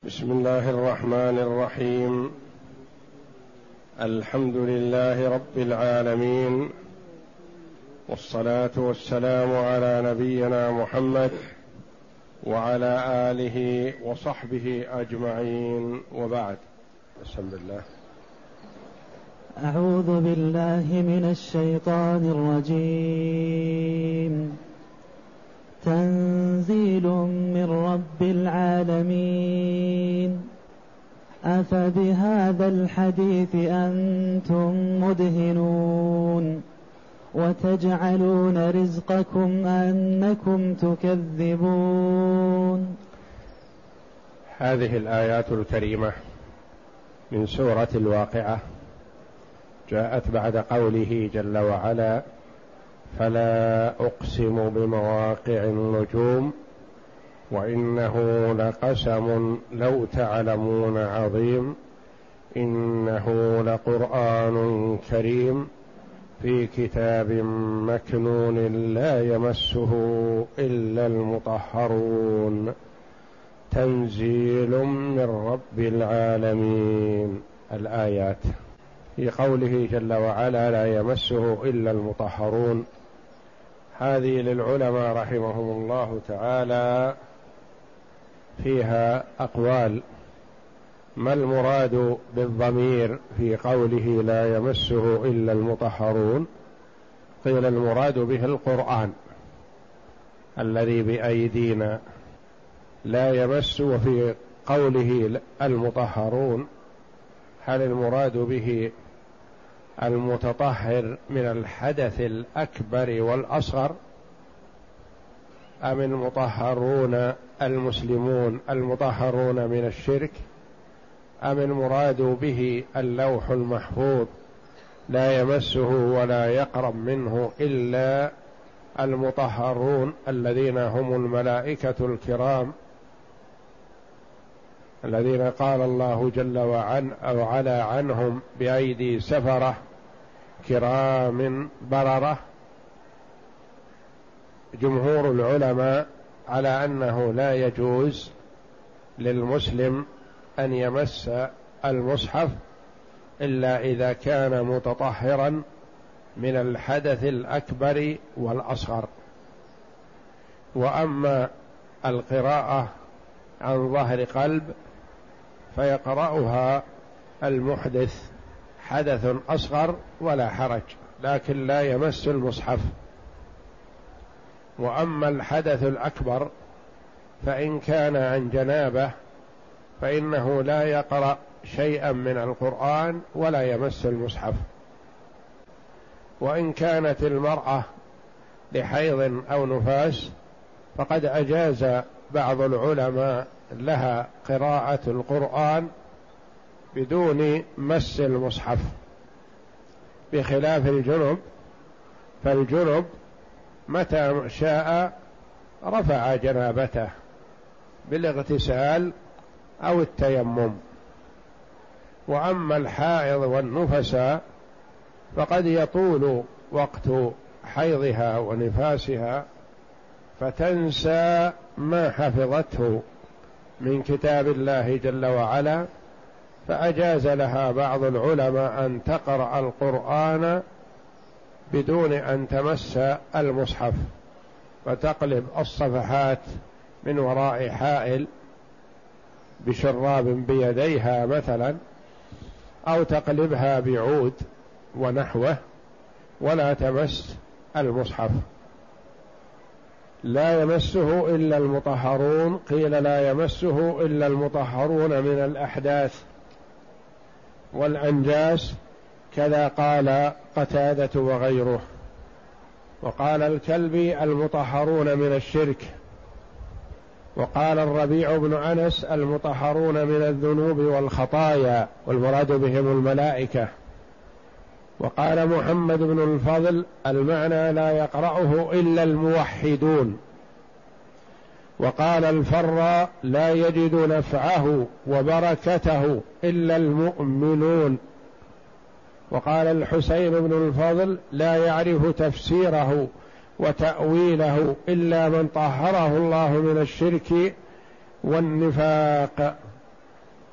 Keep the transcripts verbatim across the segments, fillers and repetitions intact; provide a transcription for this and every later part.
بسم الله الرحمن الرحيم. الحمد لله رب العالمين، والصلاة والسلام على نبينا محمد وعلى آله وصحبه أجمعين، وبعد. بسم الله. أعوذ بالله من الشيطان الرجيم. تنزيل من رب العالمين. أفبهذا الحديث أنتم مدهنون وتجعلون رزقكم أنكم تكذبون. هذه الآيات الكريمة من سورة الواقعة جاءت بعد قوله جل وعلا: فلا أقسم بمواقع النجوم وإنه لقسم لو تعلمون عظيم إنه لقرآن كريم في كتاب مكنون لا يمسه إلا المطهرون تنزيل من رب العالمين. الآيات في قوله جل وعلا لا يمسه إلا المطهرون، هذه للعلماء رحمهم الله تعالى فيها أقوال. ما المراد بالضمير في قوله لا يمسه إلا المطهرون؟ قيل المراد به القرآن الذي بأيدينا لا يمس، وفي قوله المطهرون هل المراد به المتطهر من الحدث الأكبر والأصغر، أم المطهرون المسلمون المطهرون من الشرك، أم المراد به اللوح المحفوظ لا يمسه ولا يقرب منه إلا المطهرون الذين هم الملائكة الكرام الذين قال الله جل وعلا عنهم بأيدي سفرة كرام بررة؟ جمهور العلماء على أنه لا يجوز للمسلم أن يمس المصحف إلا إذا كان متطهرا من الحدث الأكبر والأصغر. وأما القراءة عن ظهر قلب فيقرأها المحدث حدث أصغر ولا حرج، لكن لا يمس المصحف. وأما الحدث الأكبر فإن كان عن جنابة فإنه لا يقرأ شيئا من القرآن ولا يمس المصحف. وإن كانت المرأة لحيض أو نفاس فقد أجاز بعض العلماء لها قراءة القرآن بدون مس المصحف، بخلاف الجنب، فالجنب متى شاء رفع جنابته بالاغتسال أو التيمم. وأما الحائض والنفساء فقد يطول وقت حيضها ونفاسها فتنسى ما حفظته من كتاب الله جل وعلا، فأجاز لها بعض العلماء أن تقرأ القرآن بدون أن تمس المصحف، فتقلب الصفحات من وراء حائل بشراب بيديها مثلا، أو تقلبها بعود ونحوه، ولا تمس المصحف. لا يمسه إلا المطهرون، قيل لا يمسه إلا المطهرون من الأحداث والأنجاس، كذا قال قتادة وغيره. وقال الكلبي المطهرون من الشرك. وقال الربيع بن أنس المطهرون من الذنوب والخطايا، والمراد بهم الملائكة. وقال محمد بن الفضل المعنى لا يقرأه إلا الموحدون. وقال الفراء لا يجد نفعه وبركته إلا المؤمنون. وقال الحسين بن الفضل لا يعرف تفسيره وتأويله إلا من طهره الله من الشرك والنفاق.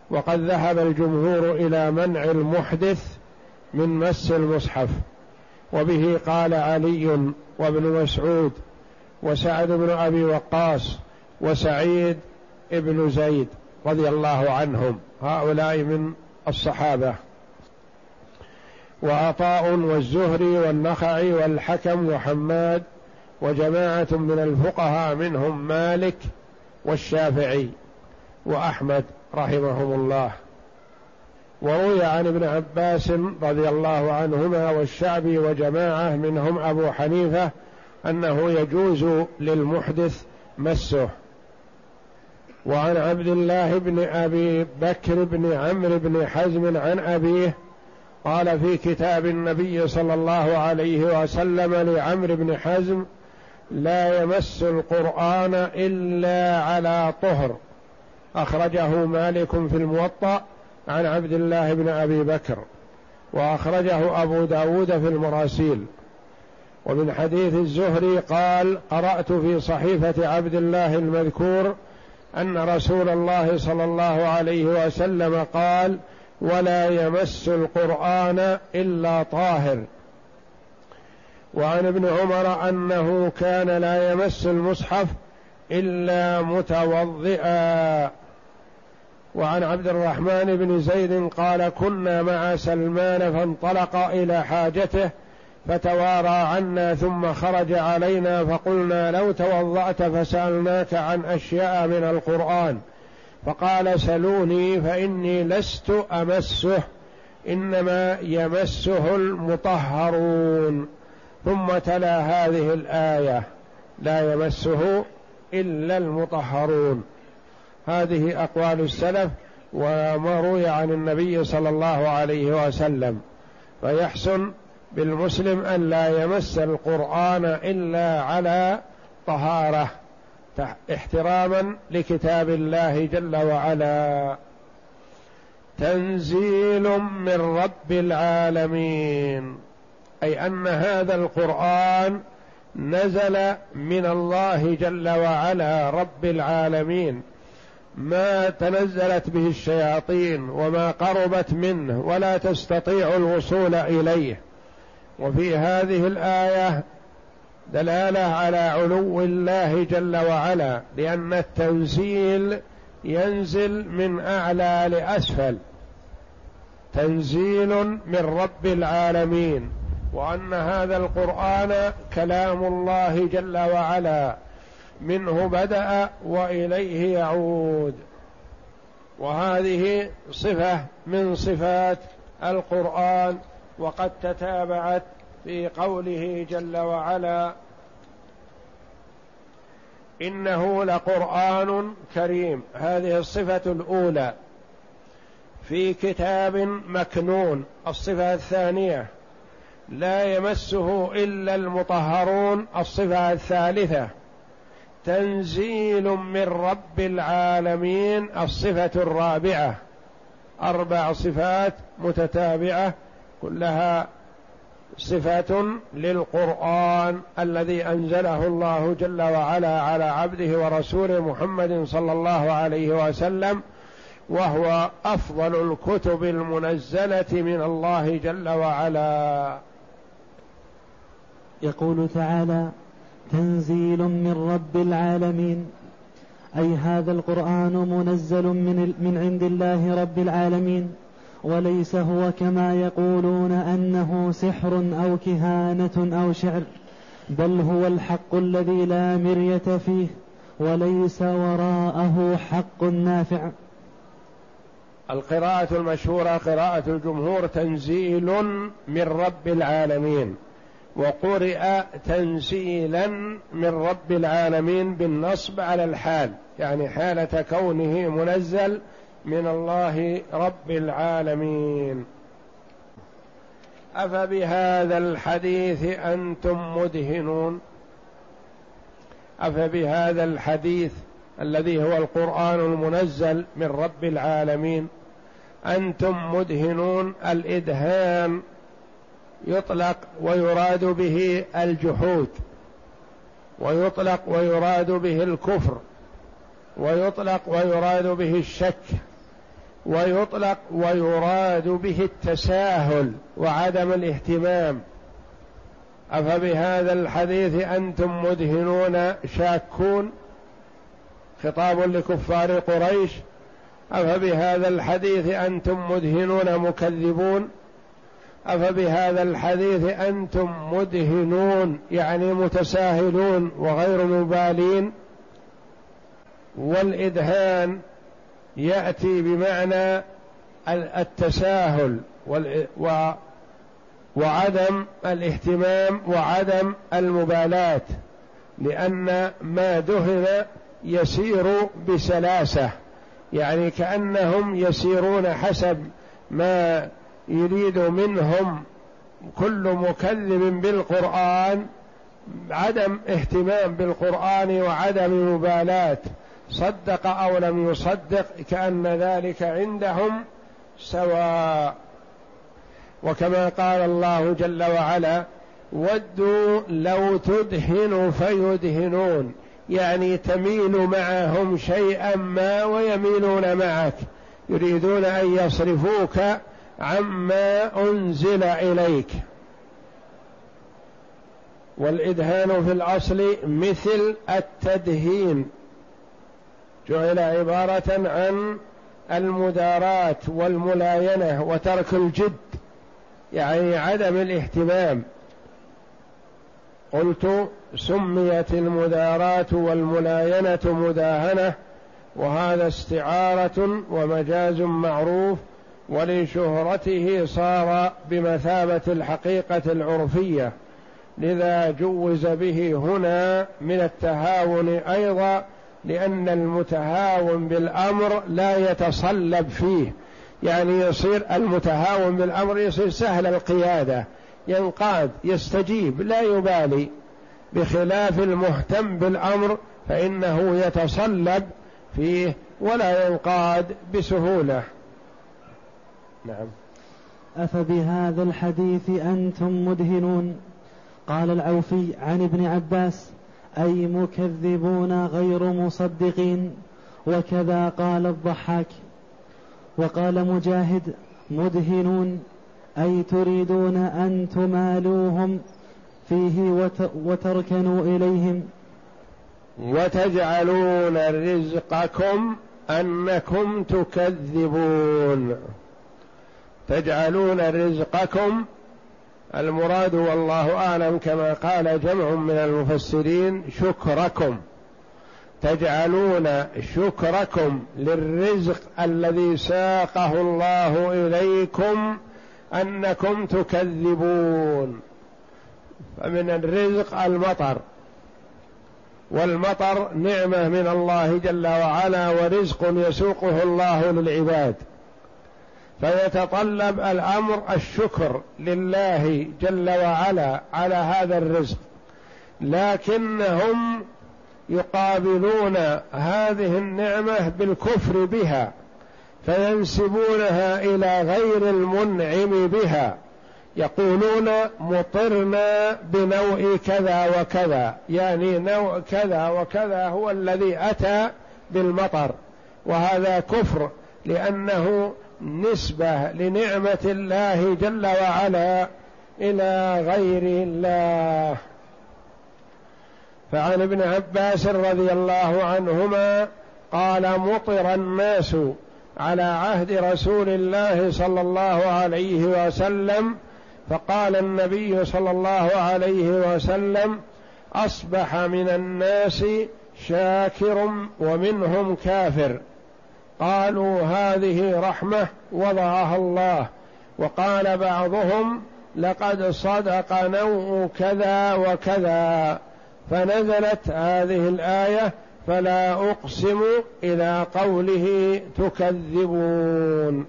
وقد ذهب الجمهور إلى منع المحدث من مس المصحف، وبه قال علي وابن مسعود وسعد بن أبي وقاص وسعيد ابن زيد رضي الله عنهم، هؤلاء من الصحابة، وعطاء والزهري والنخعي والحكم وحماد وجماعة من الفقهاء منهم مالك والشافعي وأحمد رحمهم الله. وروي عن ابن عباس رضي الله عنهما والشعبي وجماعة منهم أبو حنيفة أنه يجوز للمحدث مسه. وعن عبد الله بن أبي بكر بن عمرو بن حزم عن أبيه قال في كتاب النبي صلى الله عليه وسلم لعمرو بن حزم: لا يمس القرآن إلا على طهر، أخرجه مالك في الموطأ عن عبد الله بن أبي بكر، وأخرجه أبو داود في المراسيل. ومن حديث الزهري قال: قرأت في صحيفة عبد الله المذكور أن رسول الله صلى الله عليه وسلم قال: ولا يمس القرآن إلا طاهر. وعن ابن عمر أنه كان لا يمس المصحف إلا متوضئا. وعن عبد الرحمن بن زيد قال: كنا مع سلمان فانطلق إلى حاجته فتوارى عنا ثم خرج علينا فقلنا: لو توضأت فسألناك عن أشياء من القرآن، فقال: سلوني فإني لست أمسه، إنما يمسه المطهرون. ثم تلا هذه الآية: لا يمسه إلا المطهرون. هذه أقوال السلف وما روي عن النبي صلى الله عليه وسلم. فيحسن بالمسلم أن لا يمس القرآن إلا على طهارة احتراما لكتاب الله جل وعلا. تنزيل من رب العالمين، أي أن هذا القرآن نزل من الله جل وعلا رب العالمين، ما تنزلت به الشياطين وما قربت منه ولا تستطيع الوصول إليه. وفي هذه الآية دلالة على علو الله جل وعلا، لأن التنزيل ينزل من أعلى لأسفل، تنزيل من رب العالمين، وأن هذا القرآن كلام الله جل وعلا، منه بدأ وإليه يعود. وهذه صفة من صفات القرآن، وقد تتابعت في قوله جل وعلا: إنه لقرآن كريم. هذه الصفة الأولى. في كتاب مكنون. الصفة الثانية: لا يمسه إلا المطهرون. الصفة الثالثة: تنزيل من رب العالمين. الصفة الرابعة. أربع صفات متتابعة كلها صفة للقرآن الذي أنزله الله جل وعلا على عبده ورسوله محمد صلى الله عليه وسلم، وهو أفضل الكتب المنزلة من الله جل وعلا. يقول تعالى: تنزيل من رب العالمين، أي هذا القرآن منزل من, من عند الله رب العالمين، وليس هو كما يقولون أنه سحر أو كهانة أو شعر، بل هو الحق الذي لا مرية فيه، وليس وراءه حق نافع. القراءة المشهورة قراءة الجمهور: تنزيل من رب العالمين، وقرئ تنزيلا من رب العالمين بالنصب على الحال، يعني حالة كونه منزل من الله رب العالمين. أفبهذا الحديث أنتم مدهنون؟ أفبهذا الحديث الذي هو القرآن المنزل من رب العالمين أنتم مدهنون. الإدهان يطلق ويراد به الجحود، ويطلق ويراد به الكفر، ويطلق ويراد به الشك، ويطلق ويراد به التساهل وعدم الاهتمام. أفبهذا الحديث أنتم مدهنون شاكون، خطاب لكفار قريش، أفبهذا الحديث أنتم مدهنون مكذبون، أفبهذا الحديث أنتم مدهنون يعني متساهلون وغير مبالين. والإدهان يأتي بمعنى التساهل وعدم الاهتمام وعدم المبالاة، لأن ما دهن يسير بسلاسة، يعني كأنهم يسيرون حسب ما يريد منهم كل مكذب بالقرآن، عدم اهتمام بالقرآن وعدم مبالاة، صدق أو لم يصدق كأن ذلك عندهم سواء. وكما قال الله جل وعلا: ودوا لو تدهن فيدهنون، يعني تميل معهم شيئا ما ويميلون معك، يريدون أن يصرفوك عما أنزل إليك. والإدهان في الأصل مثل التدهين، جعل عبارة عن المداراة والملاينة وترك الجد، يعني عدم الاهتمام. قلت سميت المداراة والملاينة مداهنة، وهذا استعارة ومجاز معروف، ولشهرته صار بمثابة الحقيقة العرفية، لذا جوز به هنا من التهاون أيضا، لأن المتهاون بالأمر لا يتصلب فيه، يعني يصير المتهاون بالأمر يصير سهل القيادة، ينقاد يستجيب لا يبالي، بخلاف المهتم بالأمر فإنه يتصلب فيه ولا ينقاد بسهولة. نعم. أفبهذا الحديث أنتم مدهنون. قال العوفي عن ابن عباس: أي مكذبون غير مصدقين. وكذا قال الضحاك. وقال مجاهد: مدهنون أي تريدون أن تمالوهم فيه وتركنوا إليهم. وتجعلون رزقكم أنكم تكذبون. تجعلون رزقكم، المراد والله أعلم كما قال جمع من المفسرين شكركم، تجعلون شكركم للرزق الذي ساقه الله إليكم أنكم تكذبون. فمن الرزق المطر، والمطر نعمة من الله جل وعلا ورزق يسوقه الله للعباد، فيتطلب الأمر الشكر لله جل وعلا على هذا الرزق، لكنهم يقابلون هذه النعمة بالكفر بها، فينسبونها إلى غير المنعم بها، يقولون مطرنا بنوع كذا وكذا، يعني نوع كذا وكذا هو الذي أتى بالمطر، وهذا كفر لأنه نسبة لنعمة الله جل وعلا إلى غير الله. فعن ابن عباس رضي الله عنهما قال: مطر الناس على عهد رسول الله صلى الله عليه وسلم، فقال النبي صلى الله عليه وسلم: أصبح من الناس شاكر ومنهم كافر. قالوا: هذه رحمة وضعها الله. وقال بعضهم: لقد صدق نوع كذا وكذا، فنزلت هذه الآية: فلا أقسم إلى قوله تكذبون.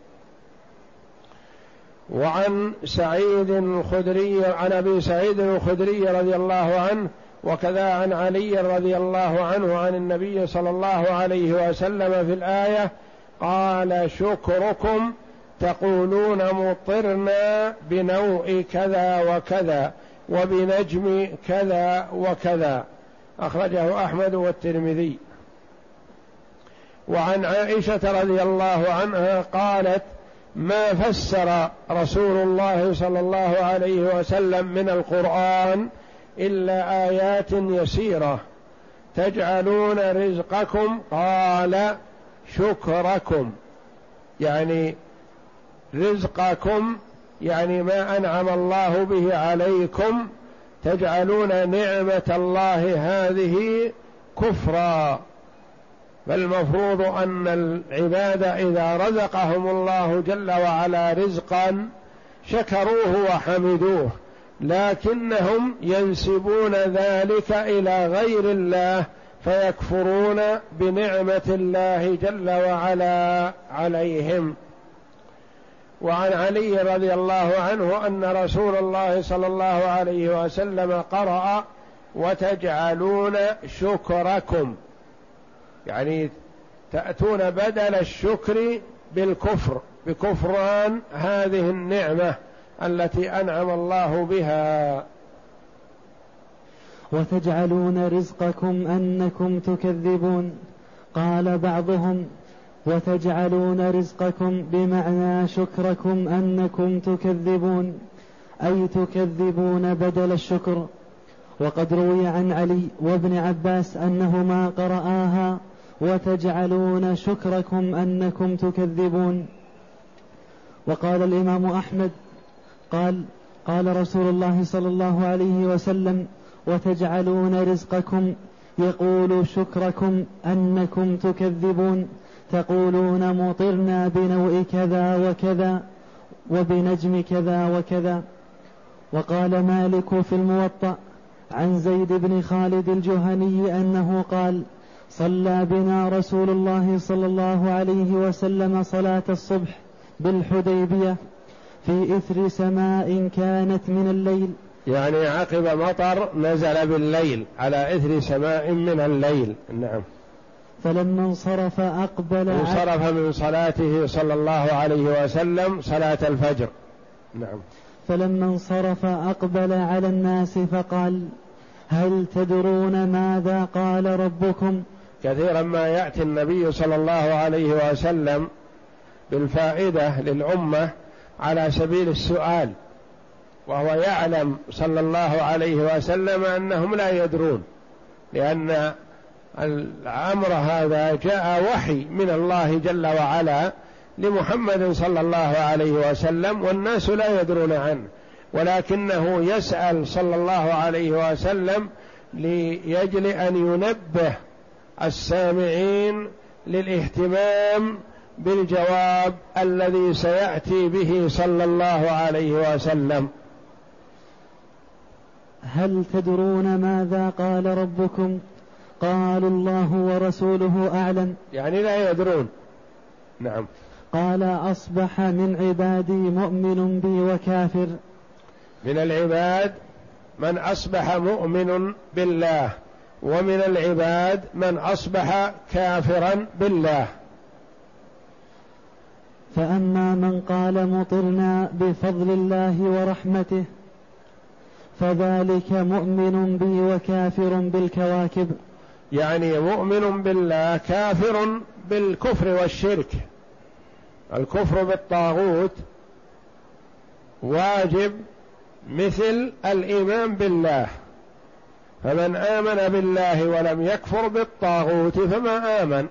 وعن سعيد الخدري عن أبي سعيد الخدري رضي الله عنه، وكذا عن علي رضي الله عنه عن النبي صلى الله عليه وسلم في الآية قال: شكركم تقولون مطرنا بنوع كذا وكذا وبنجم كذا وكذا. أخرجه أحمد والترمذي. وعن عائشة رضي الله عنها قالت: ما فسر رسول الله صلى الله عليه وسلم من القرآن إلا آيات يسيرة. تجعلون رزقكم، قال شكركم، يعني رزقكم يعني ما أنعم الله به عليكم، تجعلون نعمة الله هذه كفرا. فالمفروض أن العباد إذا رزقهم الله جل وعلا رزقا شكروه وحمدوه، لكنهم ينسبون ذلك إلى غير الله فيكفرون بنعمة الله جل وعلا عليهم. وعن علي رضي الله عنه أن رسول الله صلى الله عليه وسلم قرأ: وتجعلون شكركم، يعني تأتون بدل الشكر بالكفر، بكفران هذه النعمة التي أنعم الله بها. وتجعلون رزقكم أنكم تكذبون. قال بعضهم: وتجعلون رزقكم بمعنى شكركم أنكم تكذبون، أي تكذبون بدل الشكر. وقد روي عن علي وابن عباس أنهما قرآها: وتجعلون شكركم أنكم تكذبون. وقال الإمام أحمد قال قال رسول الله صلى الله عليه وسلم: وتجعلون رزقكم، يقول شكركم أنكم تكذبون، تقولون مطرنا بنوء كذا وكذا وبنجم كذا وكذا. وقال مالك في الموطأ عن زيد بن خالد الجهني أنه قال: صلى بنا رسول الله صلى الله عليه وسلم صلاة الصبح بالحديبية في إثر سماء كانت من الليل، يعني عقب مطر نزل بالليل على إثر سماء من الليل. نعم. فلما انصرف أقبل انصرف من صلاته صلى الله عليه وسلم صلاة الفجر. نعم. فلما انصرف أقبل على الناس فقال: هل تدرون ماذا قال ربكم؟ كثيرا ما يأتي النبي صلى الله عليه وسلم بالفائدة للأمة على سبيل السؤال، وهو يعلم صلى الله عليه وسلم أنهم لا يدرون، لأن الأمر هذا جاء وحي من الله جل وعلا لمحمد صلى الله عليه وسلم والناس لا يدرون عنه، ولكنه يسأل صلى الله عليه وسلم ليجل أن ينبه السامعين للاهتمام بالجواب الذي سيأتي به صلى الله عليه وسلم. هل تدرون ماذا قال ربكم؟ قالوا: الله ورسوله أعلم. يعني لا يدرون. نعم. قال: أصبح من عبادي مؤمن بي وكافر. من العباد من أصبح مؤمن بالله، ومن العباد من أصبح كافرا بالله. فأما من قال مطرنا بفضل الله ورحمته فذلك مؤمن بي وكافر بالكواكب، يعني مؤمن بالله كافر بالكفر والشرك. الكفر بالطاغوت واجب مثل الإيمان بالله، فمن آمن بالله ولم يكفر بالطاغوت فما آمن.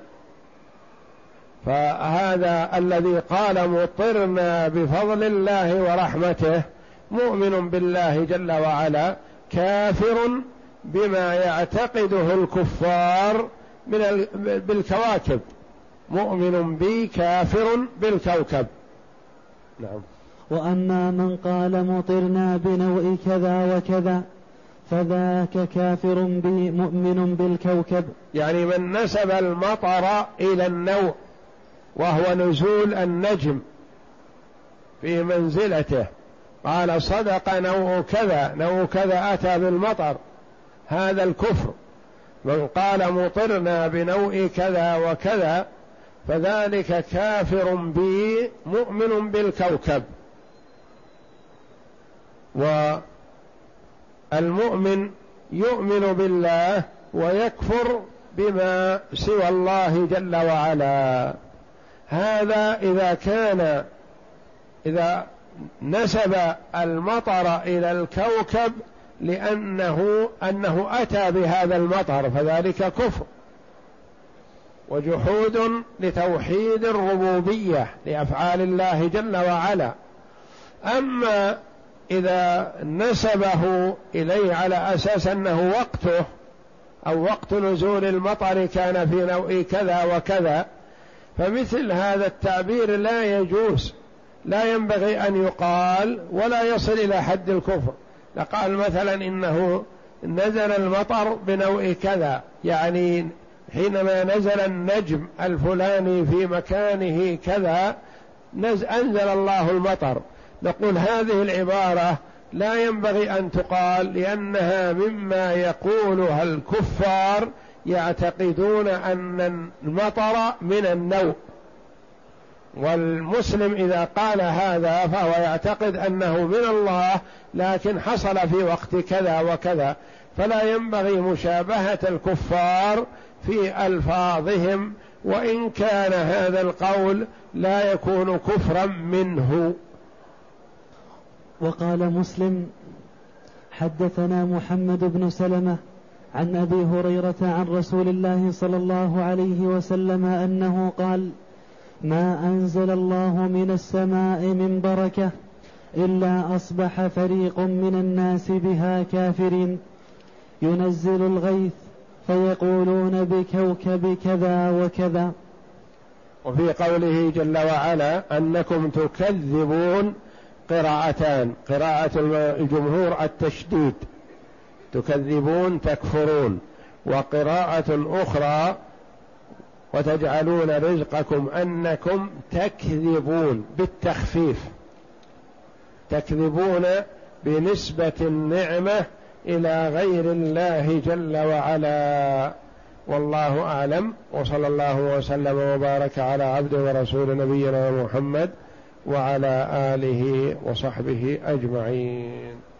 فهذا الذي قال مطرنا بفضل الله ورحمته مؤمن بالله جل وعلا، كافر بما يعتقده الكفار من بالكواكب. مؤمن بي كافر بالكوكب. نعم. وأما من قال مطرنا بنوء كذا وكذا فذاك كافر بي مؤمن بالكوكب، يعني من نسب المطر إلى النوء وهو نزول النجم في منزلته، قال صدق نوء كذا، نوء كذا أتى بالمطر، هذا الكفر. من قال مطرنا بنوء كذا وكذا فذلك كافر بي مؤمن بالكوكب. والمؤمن يؤمن بالله ويكفر بما سوى الله جل وعلا. هذا إذا كان إذا نسب المطر إلى الكوكب لأنه أنه أتى بهذا المطر فذلك كفر وجحود لتوحيد الربوبية لأفعال الله جل وعلا. أما إذا نسبه إليه على أساس أنه وقته أو وقت نزول المطر كان في نوع كذا وكذا، فمثل هذا التعبير لا يجوز، لا ينبغي أن يقال ولا يصل إلى حد الكفر. لقال مثلا إنه نزل المطر بنوع كذا، يعني حينما نزل النجم الفلاني في مكانه كذا أنزل الله المطر، نقول هذه العبارة لا ينبغي أن تقال، لأنها مما يقولها الكفار يعتقدون أن المطر من النوء، والمسلم إذا قال هذا فهو يعتقد أنه من الله لكن حصل في وقت كذا وكذا، فلا ينبغي مشابهة الكفار في ألفاظهم، وإن كان هذا القول لا يكون كفرا منه. وقال مسلم: حدثنا محمد بن سلمة عن أبي هريرة عن رسول الله صلى الله عليه وسلم أنه قال: ما أنزل الله من السماء من بركة إلا أصبح فريق من الناس بها كافرين، ينزل الغيث فيقولون بكوكب كذا وكذا. وفي قوله جل وعلا أنكم تكذبون قراءتان: قراءة الجمهور التشديد تكذبون تكفرون، وقراءة أخرى وتجعلون رزقكم أنكم تكذبون بالتخفيف، تكذبون بنسبة النعمة إلى غير الله جل وعلا. والله أعلم، وصلى الله وسلم وبارك على عبده ورسول نبينا محمد وعلى آله وصحبه أجمعين.